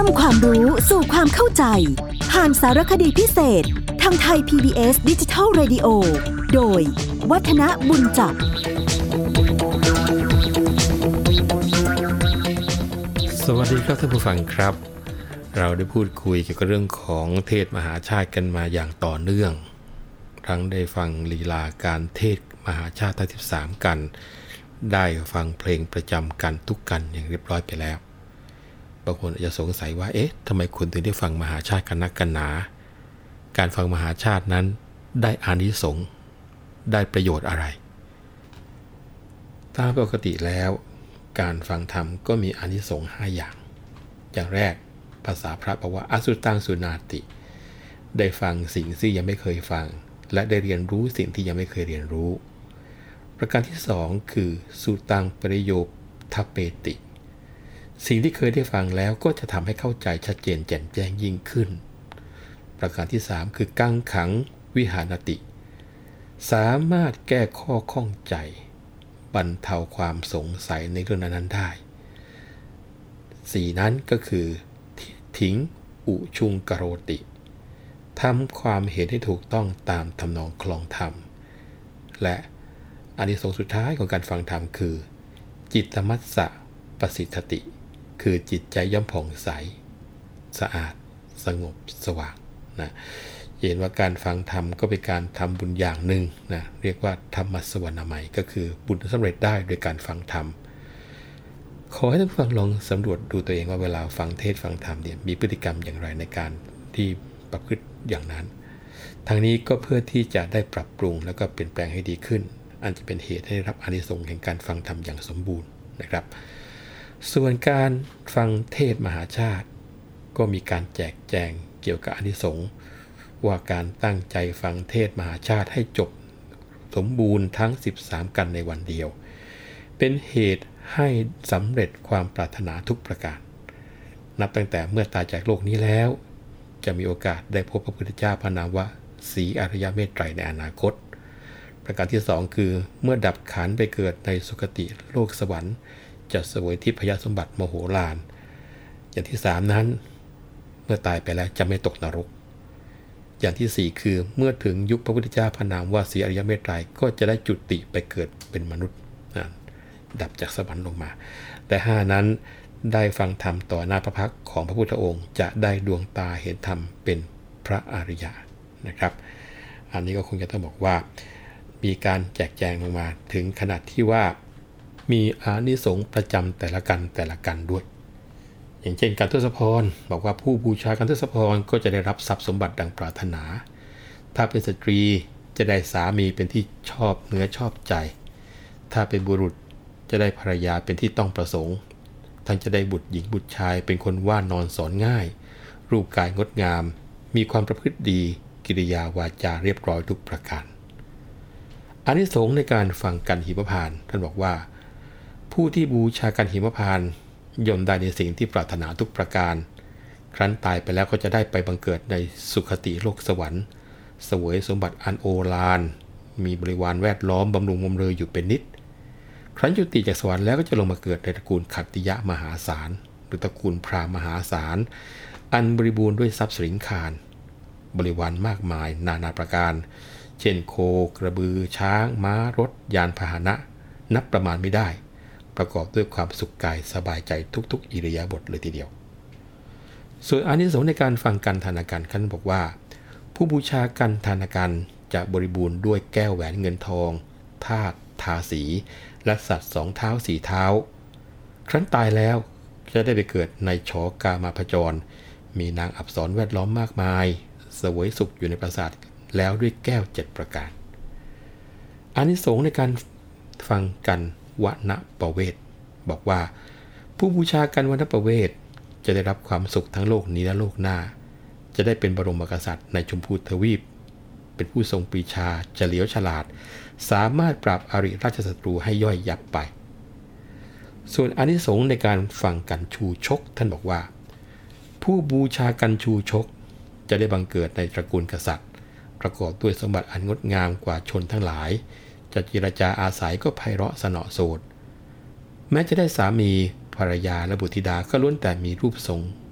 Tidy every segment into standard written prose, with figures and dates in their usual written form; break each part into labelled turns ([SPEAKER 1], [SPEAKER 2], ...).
[SPEAKER 1] ำความรู้สู่ความเข้าใจผ่านสารคดีพิเศษทางไทย PBS Digital Radio โดยวัฒนบุญจับ
[SPEAKER 2] สวัสดีครับท่านผู้ฟังครับเราได้พูดคุยเกี่ยวกับเรื่องของเทศมหาชาติกันมาอย่างต่อเนื่องทั้งได้ฟังลีลาการเทศมหาชาติทั้ง13กันได้ฟังเพลงประจำกันทุกกันอย่างเรียบร้อยไปแล้วบางคนอาจจะสงสัยว่าเอ๊ะทำไมคุณถึงได้ฟังมหาชาติกันนักกันหนาการฟังมหาชาตินั้นได้อานิสงส์ได้ประโยชน์อะไรตามปกติแล้วการฟังธรรมก็มีอานิสงส์5อย่างอย่างแรกภาษาพระบอกว่าอสุตังสุนาติได้ฟังสิ่งที่ยังไม่เคยฟังและได้เรียนรู้สิ่งที่ยังไม่เคยเรียนรู้ประการที่2คือสุตังปริโยทัปเปติสิ่งที่เคยได้ฟังแล้วก็จะทำให้เข้าใจชัดเจนแจ่มแจ้งยิ่งขึ้นประการที่3คือกังขังวิหารติสามารถแก้ข้อข้องใจบรรเทาความสงสัยในเรื่องนั้นได้4นั้นก็คือถิงอุชุงกโรติทำความเห็นให้ถูกต้องตามทำนองคลองธรรมและอานิสงส์สุดท้ายของการฟังธรรมคือจิตตมัสสะประสิทธติคือจิตใจย่อมผ่องใสสะอาดสงบสว่างนะเห็นว่าการฟังธรรมก็เป็นการทำบุญอย่างหนึ่งนะเรียกว่าธรรมสวรรณใหม่ก็คือบุญสำเร็จได้โดยการฟังธรรมขอให้ท่านฟังลองสำรวจดูตัวเองว่าเวลาฟังเทศฟังธรรมเนี่ยมีพฤติกรรมอย่างไรในการที่ประพฤติอย่างนั้นทางนี้ก็เพื่อที่จะได้ปรับปรุงแล้วก็เปลี่ยนแปลงให้ดีขึ้นอันจะเป็นเหตุให้ได้รับอานิสงส์แห่งการฟังธรรมอย่างสมบูรณ์นะครับส่วนการฟังเทศมหาชาติก็มีการแจกแจงเกี่ยวกับอานิสงส์ว่าการตั้งใจฟังเทศมหาชาติให้จบสมบูรณ์ทั้ง13กันในวันเดียวเป็นเหตุให้สำเร็จความปรารถนาทุกประการนับตั้งแต่เมื่อตายจากโลกนี้แล้วจะมีโอกาสได้พบพระพุทธเจ้าพระนามว่าศรีอริยเมตไตรในอนาคตประการที่2คือเมื่อดับขันธ์ไปเกิดในสุคติโลกสวรรค์จะเสวยทิพยสมบัติมโหฬารอย่างที่3นั้นเมื่อตายไปแล้วจะไม่ตกนรกอย่างที่4คือเมื่อถึงยุคพระพุทธเจ้าพระนามว่าศรีอริยเมตไตรก็จะได้จุติไปเกิดเป็นมนุษย์ดับจากสวรรค์ลงมาแต่5นั้นได้ฟังธรรมต่อหน้าพระพักตร์ของพระพุทธองค์จะได้ดวงตาเห็นธรรมเป็นพระอริยะนะครับอันนี้ก็คงจะต้องบอกว่ามีการแจกแจงลงมาถึงขนาดที่ว่ามีอานิสงส์ประจำแต่ละกันด้วยอย่างเช่นการทศพรบอกว่าผู้บูชาการทศพรก็จะได้รับทรัพย์สมบัติดังปรารถนาถ้าเป็นสตรีจะได้สามีเป็นที่ชอบเนื้อชอบใจถ้าเป็นบุรุษจะได้ภรรยาเป็นที่ต้องประสงค์ทั้งจะได้บุตรหญิงบุตรชายเป็นคนว่านอนสอนง่ายรูปกายงดงามมีความประพฤติดีกิริยาวาจาเรียบร้อยทุกประการอานิสงส์ในการฟังกันหิมพานต์ท่านบอกว่าผู้ที่บูชากันหิมพานต์ย่อมได้ในสิ่งที่ปรารถนาทุกประการครั้นตายไปแล้วก็จะได้ไปบังเกิดในสุคติโลกสวรรค์เสวยสมบัติอันโอฬารมีบริวารแวดล้อมบำรุงบำเรออยู่เป็นนิจครั้นจุติจากสวรรค์แล้วก็จะลงมาเกิดในตระกูลขัตติยะมหาศาลหรือตระกูลพราหมณ์มหาศาลอันบริบูรณ์ด้วยทรัพย์สินคารบริวารมากมายนานาประการเช่นโคกระบือช้างม้ารถยานพาหนะนับประมาณไม่ได้ประกอบด้วยความสุขกายสบายใจทุกๆอิริยาบถเลยทีเดียวส่วนอานิสงส์ในการฟังกันทานาการท่านบอกว่าผู้บูชากันทานาการจะบริบูรณ์ด้วยแก้วแหวนเงินทองธาตุทาสีและสัตว์2 เท้า4 เท้าครั้นตายแล้วจะได้ไปเกิดในชกามาพจรมีนางอัปสรแวดล้อมมากมายเสวยสุขอยู่ในปราสาทแล้วด้วยแก้ว7ประการอานิสงส์ในการฟังกันวณประเวทบอกว่าผู้บูชากันวณประเวทจะได้รับความสุขทั้งโลกนี้และโลกหน้าจะได้เป็นบรมกษัตริย์ในชมพูทวีปเป็นผู้ทรงปรีชาเฉลียวฉลาดสามารถปราบอริราชศัตรูให้ย่อยยับไปส่วนอานิสงส์ในการฟังกันชูชกท่านบอกว่าผู้บูชากันชูชกจะได้บังเกิดในตระกูลกษัตริย์ประกอบด้วยสมบัติอันงดงามกว่าชนทั้งหลายจะเจรจาอาศัยก็ไพเราะสนอโสดแม้จะได้สามีภรรยาและบุตรธิดาก็ล้วนแต่มีรูปทรง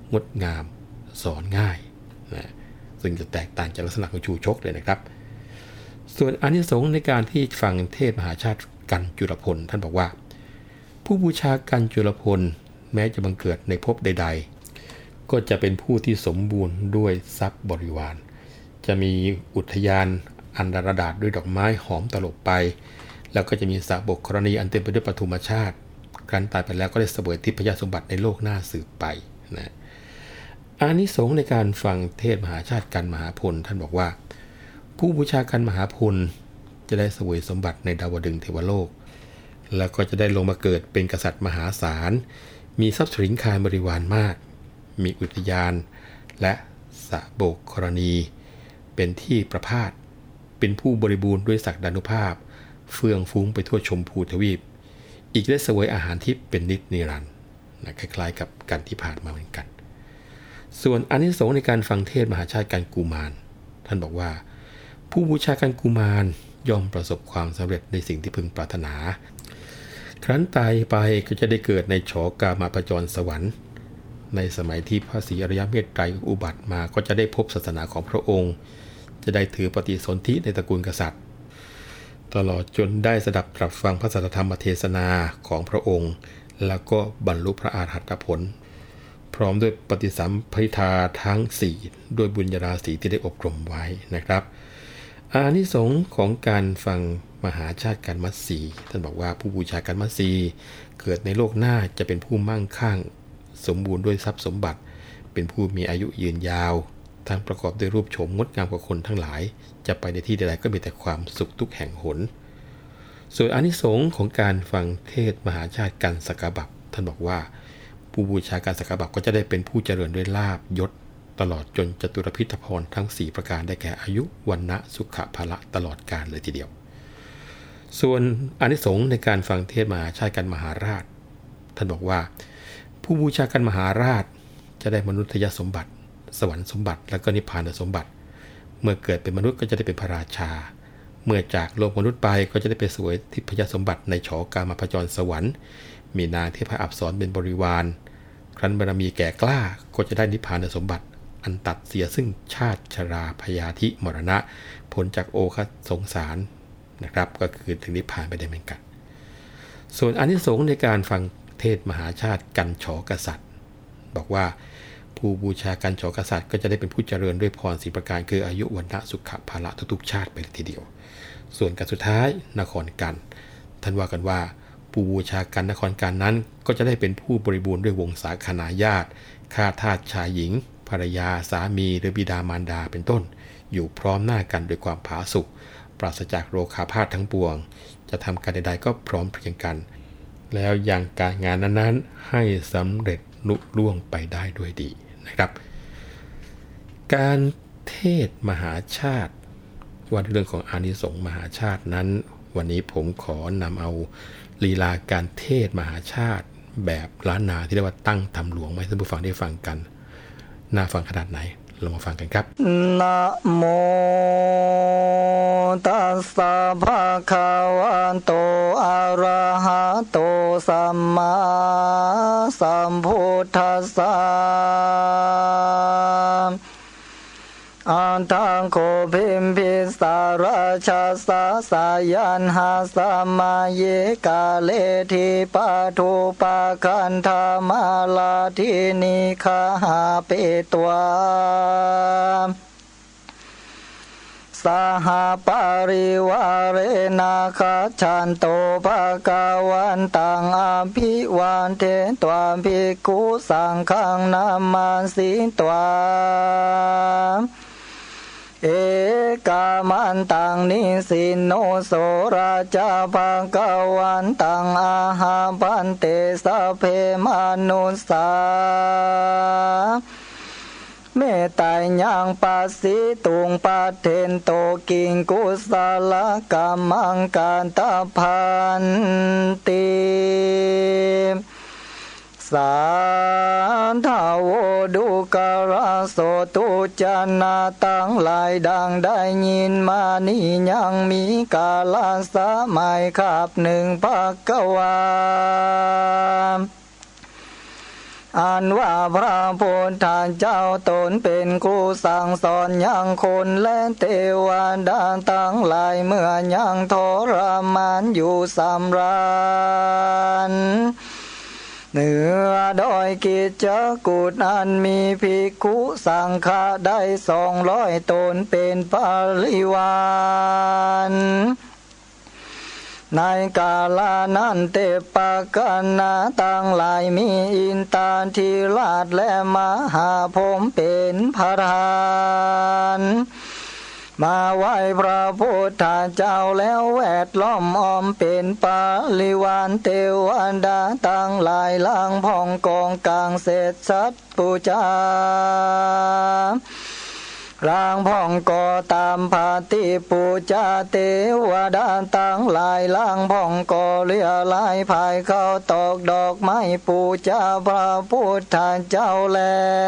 [SPEAKER 2] งดงามสอนง่ายนะซึ่งจะแตกต่างจากลักษณะของชูชกเลยนะครับส่วนอานิสงส์ในการที่ฟังเทศมหาชาติกันจุลพลท่านบอกว่าผู้บูชากันจุลพลแม้จะบังเกิดในภพใดๆก็จะเป็นผู้ที่สมบูรณ์ด้วยทรัพย์บริวารจะมีอุทยานอันดารดาษด้วยดอกไม้หอมตลบไปแล้วก็จะมีสระบกกรณีอันเต็มไปด้วยปฐุมชาติครั้นตายไปแล้วก็ได้เสวยทิพยสมบัติในโลกหน้าสืบไปนะอานิสงส์ในการฟังเทศมหาชาติกันมหาพลท่านบอกว่าผู้บูชากันมหาพลจะได้เสวยสมบัติในดาวดึงส์เทวโลกแล้วก็จะได้ลงมาเกิดเป็นกษัตริย์มหาศาลมีทรัพย์สินคารบริวารมากมีอุทยานและสระโบกกรณีเป็นที่ประพาสเป็นผู้บริบูรณ์ด้วยศักดานุภาพเฟื่องฟุ้งไปทั่วชมพูทวีปอีกได้เสวยอาหารที่เป็นนิจนิรันดร์นะคล้ายๆกับกันที่ผ่านมาเหมือนกันส่วนอานิสงส์ในการฟังเทศมหาชาติกันกุมารท่านบอกว่าผู้บูชากันกุมารย่อมประสบความสำเร็จในสิ่งที่พึงปรารถนาครั้นตายไปก็จะได้เกิดในโฉกามาปจรสวรรค์ในสมัยที่พระศรีอริยเมตไตรอุบัติมาก็จะได้พบศาสนาของพระองค์จะได้ถือปฏิสนธิในตระกูลกษัตริย์ตลอดจนได้สดับตรับฟังพระสัทธรรมเทศนาของพระองค์แล้วก็บรรลุพระอรหัตผลพร้อมด้วยปฏิสัมภิทาทั้ง4ด้วยบุญญาราศีที่ได้อบรมไว้นะครับอานิสงส์ของการฟังมหาชาติกันมัตสีท่านบอกว่าผู้บูชากันมัตสีเกิดในโลกหน้าจะเป็นผู้มั่งคั่งสมบูรณ์ด้วยทรัพย์สมบัติเป็นผู้มีอายุยืนยาวทั้งประกอบด้วยรูปโฉมงดงามกว่าคนทั้งหลายจะไปในที่ใดๆก็มีแต่ความสุขทุกแห่งหนส่วนอานิสงส์ของการฟังเทศมหาชาติกันสักกะบัพท่านบอกว่าผู้บูชาการสักกะบัพก็จะได้เป็นผู้เจริญด้วยลาภยศตลอดจนจตุรพิธพรทั้ง4ประการได้แก่อายุวรรณะสุขภละตลอดกาลเลยทีเดียวส่วนอานิสงส์ในการฟังเทศมหาชาติกันมหาราชท่านบอกว่าผู้บูชากันมหาราชจะได้มนุษยสมบัติสวรรค์สมบัติและก็นิพพานสมบัติเมื่อเกิดเป็นมนุษย์ก็จะได้เป็นพระราชาเมื่อจากโลกมนุษย์ไปก็จะได้ไปเสวยทิพยสมบัติในโฉกามาปจรสวรรค์มีนางเทพอัปสรเป็นบริวารครั้นบารมีแก่กล้าก็จะได้นิพพานสมบัติอันตัดเสียซึ่งชาติชราพยาธิมรณะพ้นจากโอคสงสารนะครับก็คือถึงนิพพานไปได้เหมือนกันส่วนอานิสงส์ในการฟังเทศมหาชาติกันฉกษัตริย์บอกว่าผู้บูชากันฉกษัตริย์ก็จะได้เป็นผู้เจริญด้วยพร4ประการคืออายุวรรณะสุขภละทุกๆชาติไปทีเดียวส่วนกันสุดท้ายนครกันท่านว่ากันว่าผู้บูชากันนครกันนั้นก็จะได้เป็นผู้บริบูรณ์ด้วยวงศาคณาญาติข้าทาสชายหญิงภรรยาสามีหรือบิดามารดาเป็นต้นอยู่พร้อมหน้ากันด้วยความผาสุกปราศจากโรคาพาธทั้งปวงจะทำการใดๆก็พร้อมเพรียงกันแล้วยังการงานนั้นๆให้สำเร็จลุล่วงไปได้ด้วยดีนะครับการเทศมหาชาติว่าเรื่องของอานิสงส์มหาชาตินั้นวันนี้ผมขอนำเอาลีลาการเทศมหาชาติแบบล้านนาที่เรียกว่าตั้งธรรมหลวงมาให้ท่านผู้ฟังได้ฟังกันน่าฟังขนาดไหนเรามาฟังกันครับ
[SPEAKER 3] นะโมตัสสะภะคะวะโตอะระหะโตสัมมาสัมพุทธัสสะอันทังโคภิมพิสาราชาสาสายันหาสมาเยกาเลทิปะทุปะคันธามาลาทินิคาหาเปตวาสหปาริวาเรนะคัจฉันโตภะคะวันตังอภิวันเทตวาภิกขุสังฆังนามาสิตวาเอกามันตังนิสินโนโสราชาภะคะวันตังอาหาพันเตสัพเพมนุสสาเมตตายังปัสสิตุงปัฏเทนโตกิงกุศลกัมมังกันตพันติสาธาวดุกราโสตุจนาตั้งหลายดังได้ยินมานี้ยังมีกาลสมัยคาบหนึ่งภควาอันว่าพระพุทธเจ้าตนเป็นครูสั่งสอนยังคนและเทวดาทั้งหลายเมื่อยังทรมานอยู่สำราญเหนือดอยกิจกูฏอันมีภิกขุสังฆะได้200 ตนเป็นปริวารในกาลนั้นเทพกนาตั้งหลายมีอินทาธิราชและมหาพรหมเป็นประธานมาไหว้พระพุทธเจ้าแล้วแวดล้อมอ้อมเป็นปริวารเทวดาตั้งหลายล้างพองกองกลางเศษสัตว์ปูชาร่างพ่องก่อตามภาติปูชาเทวดาตั้งหลายร่างพ่องก่อเลียลายภายเข้าตอกดอกไม้ปูชาพระพุทธเจ้าแล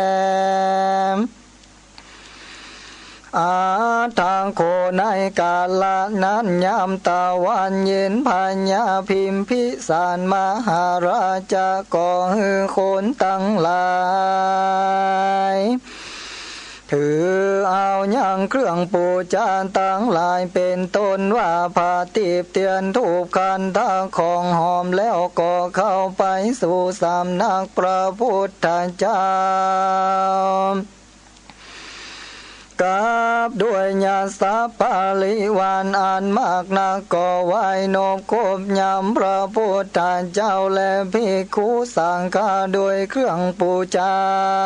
[SPEAKER 3] ทางโคในกาลนั้นยามตะวันเย็นพญาพิมพิสารมหาราชก่อฮือคนตั้งหลายถือเอายังเครื่องปูชาตั้งหลายเป็นต้นว่าพาติบเตียนถูกคันทางของหอมแล้วก็เข้าไปสู่สำนักพระพุทธเจ้ากราบด้วยญาติปาริวารอันมากนักก็ไหว้นอบคบยำพระพุทธเจ้าและภิกขุสังฆะด้วยเครื่องปูชา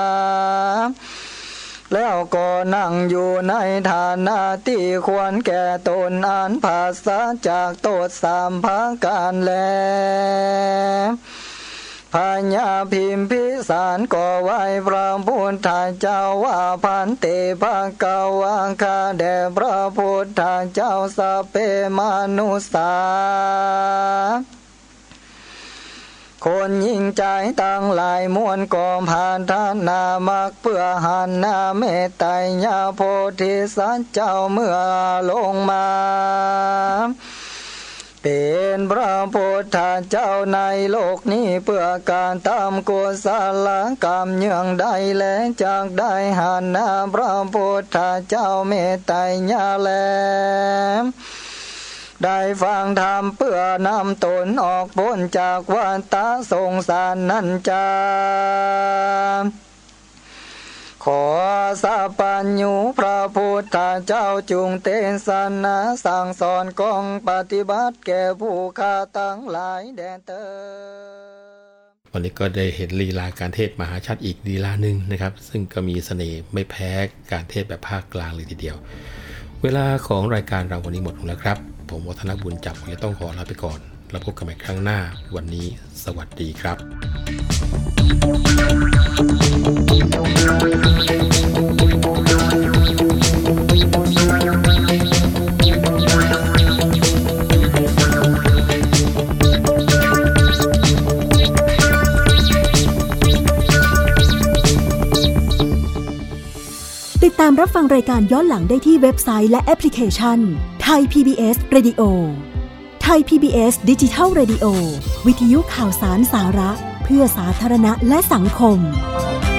[SPEAKER 3] แล้วก็นั่งอยู่ในฐานะที่ควรแก่ตนอันภาษาจากโทษ3 ประการแลพญาพิมพิสารก็ไหว้พระพุทธเจ้าว่าพันเตภกวาคาแด่พระพุทธเจ้าสัพเพมนุสสาคนยิ่งใจตั้งหลายมวลก็ผ่านทานนามักเพื่อหันนาเมตไตรญาโพธิสัตว์เจ้าเมื่อลงมาเป็นพระพุทธเจ้าในโลกนี้เพื่อการตามกุศลกรรมอย่างใดและจากได้หันนาพระพุทธเจ้าเมตไตรญาแลได้ฟังธรรมเพื่อนำตนออกพ้นจากวัฏสงสารนั้นจ้าขอสัพพัญญูพระพุทธเจ้าจุงเทศนาสั่งสอนกองปฏิบัติแก่ผู้ข้าทั้งหลายแดนเตอ
[SPEAKER 2] วันนี้ก็ได้เห็นลีลาการเทศมหาชาติอีกลีลาหนึ่งนะครับซึ่งก็มีเสน่ห์ไม่แพ้การเทศแบบภาคกลางเลยทีเดียวเวลาของรายการเราวันนี้หมดลงแล้วครับผมวัฒนบุญจับจะต้องขอลาไปก่อนแล้วพบกันใหม่ครั้งหน้าวันนี้สวัสดีครับ
[SPEAKER 1] ติดตามรับฟังรายการย้อนหลังได้ที่เว็บไซต์และแอปพลิเคชัน Thai PBS Radio Thai PBS Digital Radio วิทยุข่าวสารสาระเพื่อสาธารณะและสังคม